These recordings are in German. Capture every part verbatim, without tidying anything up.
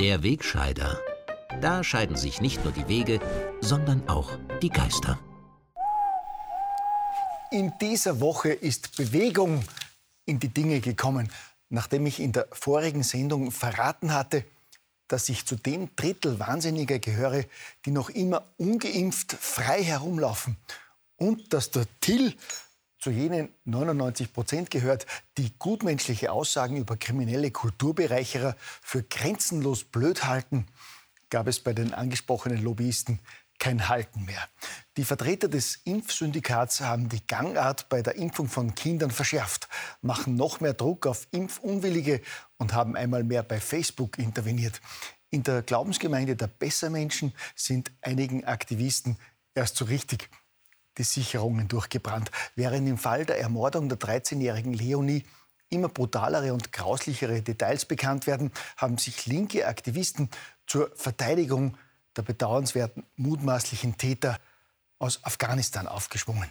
Der Wegscheider. Da scheiden sich nicht nur die Wege, sondern auch die Geister. In dieser Woche ist Bewegung in die Dinge gekommen, nachdem ich in der vorigen Sendung verraten hatte, dass ich zu dem Drittel Wahnsinniger gehöre, die noch immer ungeimpft frei herumlaufen. Und dass der Till zu jenen neunundneunzig Prozent gehört, die gutmenschliche Aussagen über kriminelle Kulturbereicherer für grenzenlos blöd halten, gab es bei den angesprochenen Lobbyisten kein Halten mehr. Die Vertreter des Impfsyndikats haben die Gangart bei der Impfung von Kindern verschärft, machen noch mehr Druck auf Impfunwillige und haben einmal mehr bei Facebook interveniert. In der Glaubensgemeinde der Bessermenschen sind einigen Aktivisten erst so richtig die Sicherungen durchgebrannt. Während im Fall der Ermordung der dreizehnjährigen Leonie immer brutalere und grauslichere Details bekannt werden, haben sich linke Aktivisten zur Verteidigung der bedauernswerten mutmaßlichen Täter aus Afghanistan aufgeschwungen.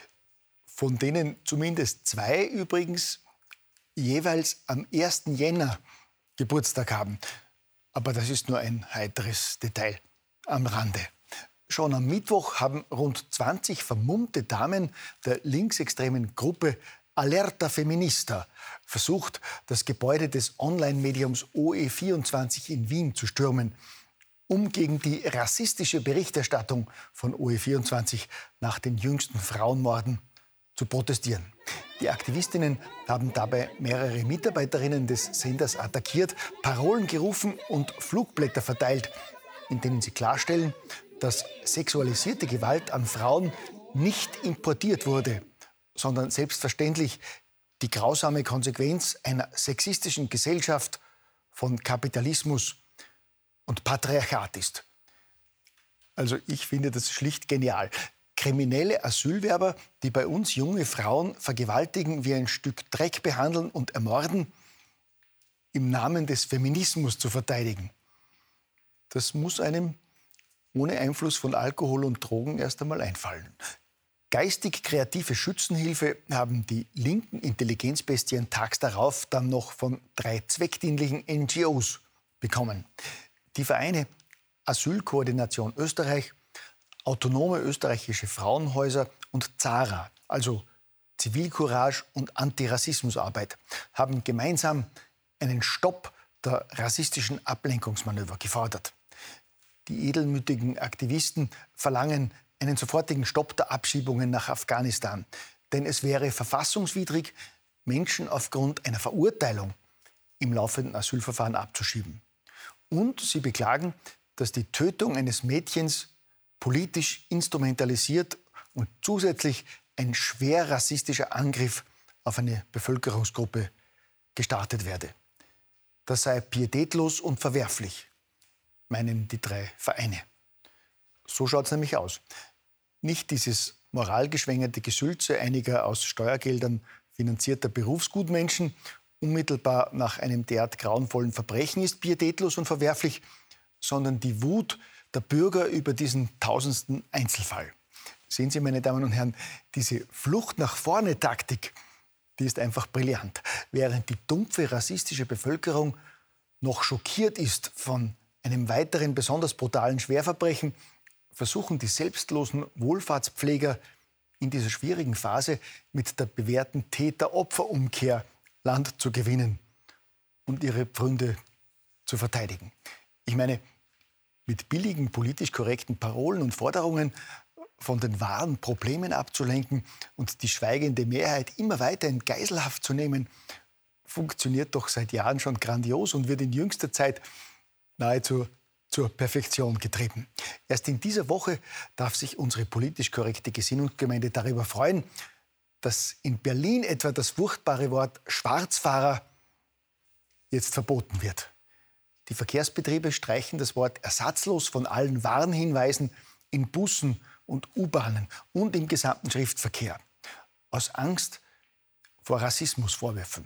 Von denen zumindest zwei übrigens jeweils am ersten Jänner Geburtstag haben. Aber das ist nur ein heiteres Detail am Rande. Schon am Mittwoch haben rund zwanzig vermummte Damen der linksextremen Gruppe Alerta Feminista versucht, das Gebäude des Online-Mediums O E vierundzwanzig in Wien zu stürmen, um gegen die rassistische Berichterstattung von O E vierundzwanzig nach den jüngsten Frauenmorden zu protestieren. Die Aktivistinnen haben dabei mehrere Mitarbeiterinnen des Senders attackiert, Parolen gerufen und Flugblätter verteilt, in denen sie klarstellen, dass sexualisierte Gewalt an Frauen nicht importiert wurde, sondern selbstverständlich die grausame Konsequenz einer sexistischen Gesellschaft, von Kapitalismus und Patriarchat ist. Also ich finde das schlicht genial. Kriminelle Asylwerber, die bei uns junge Frauen vergewaltigen, wie ein Stück Dreck behandeln und ermorden, im Namen des Feminismus zu verteidigen. Das muss einem ohne Einfluss von Alkohol und Drogen erst einmal einfallen. Geistig-kreative Schützenhilfe haben die linken Intelligenzbestien tags darauf dann noch von drei zweckdienlichen N G Os bekommen. Die Vereine Asylkoordination Österreich, Autonome österreichische Frauenhäuser und ZARA, also Zivilcourage und Antirassismusarbeit, haben gemeinsam einen Stopp der rassistischen Ablenkungsmanöver gefordert. Die edelmütigen Aktivisten verlangen einen sofortigen Stopp der Abschiebungen nach Afghanistan. Denn es wäre verfassungswidrig, Menschen aufgrund einer Verurteilung im laufenden Asylverfahren abzuschieben. Und sie beklagen, dass die Tötung eines Mädchens politisch instrumentalisiert und zusätzlich ein schwer rassistischer Angriff auf eine Bevölkerungsgruppe gestartet werde. Das sei pietätlos und verwerflich, meinen die drei Vereine. So schaut es nämlich aus. Nicht dieses moralgeschwängerte Gesülze einiger aus Steuergeldern finanzierter Berufsgutmenschen unmittelbar nach einem derart grauenvollen Verbrechen ist pietätlos und verwerflich, sondern die Wut der Bürger über diesen tausendsten Einzelfall. Sehen Sie, meine Damen und Herren, diese Flucht-nach-vorne-Taktik, die ist einfach brillant. Während die dumpfe rassistische Bevölkerung noch schockiert ist von einem weiteren besonders brutalen Schwerverbrechen, versuchen die selbstlosen Wohlfahrtspfleger in dieser schwierigen Phase mit der bewährten Täter-Opfer-Umkehr Land zu gewinnen und ihre Pfründe zu verteidigen. Ich meine, mit billigen, politisch korrekten Parolen und Forderungen von den wahren Problemen abzulenken und die schweigende Mehrheit immer weiter in Geiselhaft zu nehmen, funktioniert doch seit Jahren schon grandios und wird in jüngster Zeit nahezu zur Perfektion getrieben. Erst in dieser Woche darf sich unsere politisch korrekte Gesinnungsgemeinde darüber freuen, dass in Berlin etwa das furchtbare Wort Schwarzfahrer jetzt verboten wird. Die Verkehrsbetriebe streichen das Wort ersatzlos von allen Warnhinweisen in Bussen und U-Bahnen und im gesamten Schriftverkehr. Aus Angst vor Rassismusvorwürfen.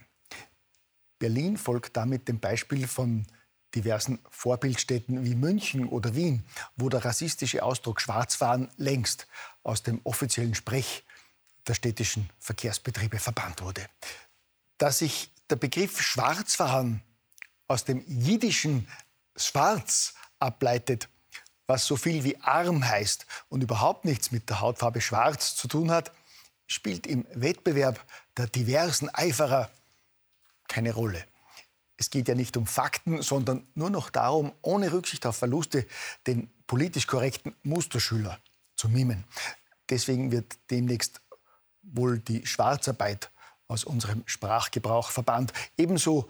Berlin folgt damit dem Beispiel von diversen Vorbildstädten wie München oder Wien, wo der rassistische Ausdruck Schwarzfahren längst aus dem offiziellen Sprech der städtischen Verkehrsbetriebe verbannt wurde. Dass sich der Begriff Schwarzfahren aus dem Jiddischen schwarz ableitet, was so viel wie arm heißt und überhaupt nichts mit der Hautfarbe schwarz zu tun hat, spielt im Wettbewerb der diversen Eiferer keine Rolle. Es geht ja nicht um Fakten, sondern nur noch darum, ohne Rücksicht auf Verluste den politisch korrekten Musterschüler zu mimen. Deswegen wird demnächst wohl die Schwarzarbeit aus unserem Sprachgebrauch verbannt. Ebenso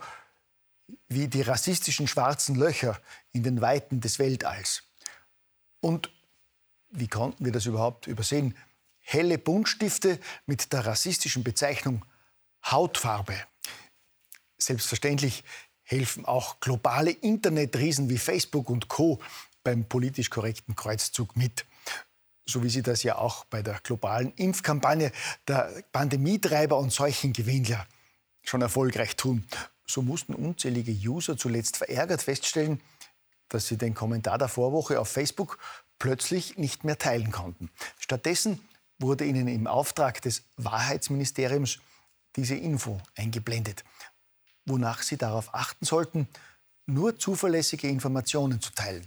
wie die rassistischen schwarzen Löcher in den Weiten des Weltalls. Und wie konnten wir das überhaupt übersehen? Helle Buntstifte mit der rassistischen Bezeichnung Hautfarbe. Selbstverständlich helfen auch globale Internetriesen wie Facebook und Co. beim politisch korrekten Kreuzzug mit. So wie sie das ja auch bei der globalen Impfkampagne der Pandemietreiber und Seuchengewinnler schon erfolgreich tun. So mussten unzählige User zuletzt verärgert feststellen, dass sie den Kommentar der Vorwoche auf Facebook plötzlich nicht mehr teilen konnten. Stattdessen wurde ihnen im Auftrag des Wahrheitsministeriums diese Info eingeblendet, wonach sie darauf achten sollten, nur zuverlässige Informationen zu teilen.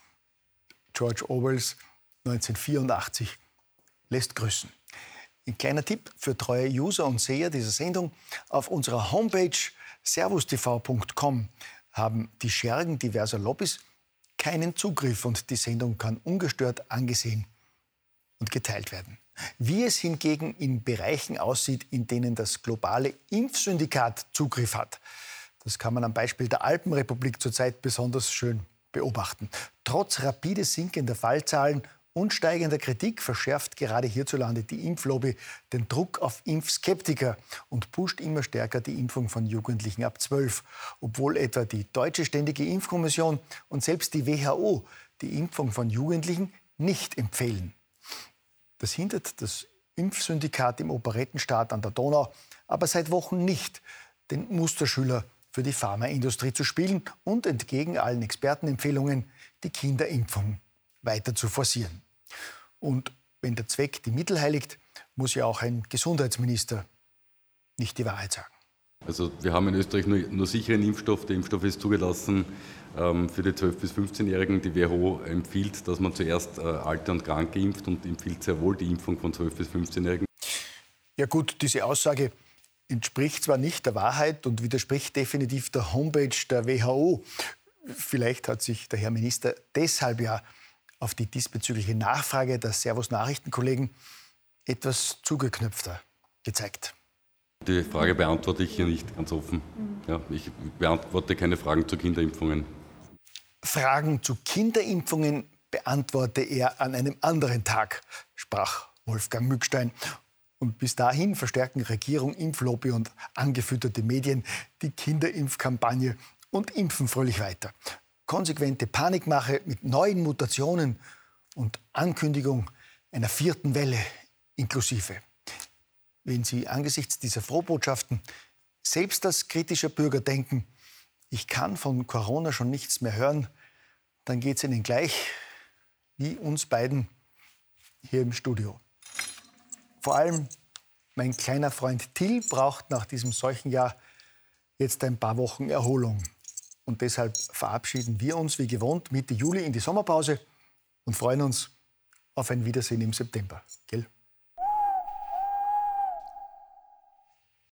George Orwells neunzehnhundertvierundachtzig lässt grüßen. Ein kleiner Tipp für treue User und Seher dieser Sendung: Auf unserer Homepage servus t v punkt com haben die Schergen diverser Lobbys keinen Zugriff und die Sendung kann ungestört angesehen und geteilt werden. Wie es hingegen in Bereichen aussieht, in denen das globale Impfsyndikat Zugriff hat, das kann man am Beispiel der Alpenrepublik zurzeit besonders schön beobachten. Trotz rapide sinkender Fallzahlen und steigender Kritik verschärft gerade hierzulande die Impflobby den Druck auf Impfskeptiker und pusht immer stärker die Impfung von Jugendlichen ab zwölf, obwohl etwa die Deutsche Ständige Impfkommission und selbst die W H O die Impfung von Jugendlichen nicht empfehlen. Das hindert das Impfsyndikat im Operettenstaat an der Donau aber seit Wochen nicht, den Musterschüler für die Pharmaindustrie zu spielen und entgegen allen Expertenempfehlungen die Kinderimpfung weiter zu forcieren. Und wenn der Zweck die Mittel heiligt, muss ja auch ein Gesundheitsminister nicht die Wahrheit sagen. Also wir haben in Österreich nur, nur sicheren Impfstoff. Der Impfstoff ist zugelassen ähm, für die zwölf- bis fünfzehnjährigen. Die W H O empfiehlt, dass man zuerst äh, Alte und Kranke impft und empfiehlt sehr wohl die Impfung von zwölf- bis fünfzehnjährigen. Ja gut, diese Aussage entspricht zwar nicht der Wahrheit und widerspricht definitiv der Homepage der W H O. Vielleicht hat sich der Herr Minister deshalb ja auf die diesbezügliche Nachfrage der Servus-Nachrichtenkollegen etwas zugeknöpfter gezeigt. Die Frage beantworte ich hier nicht ganz offen. Ja, ich beantworte keine Fragen zu Kinderimpfungen. Fragen zu Kinderimpfungen beantworte er an einem anderen Tag, sprach Wolfgang Mückstein. Und bis dahin verstärken Regierung, Impflobby und angefütterte Medien die Kinderimpfkampagne und impfen fröhlich weiter. Konsequente Panikmache mit neuen Mutationen und Ankündigung einer vierten Welle inklusive. Wenn Sie angesichts dieser Frohbotschaften selbst als kritischer Bürger denken, ich kann von Corona schon nichts mehr hören, dann geht es Ihnen gleich wie uns beiden hier im Studio. Vor allem mein kleiner Freund Till braucht nach diesem Seuchenjahr jetzt ein paar Wochen Erholung. Und deshalb verabschieden wir uns wie gewohnt Mitte Juli in die Sommerpause und freuen uns auf ein Wiedersehen im September. Gell?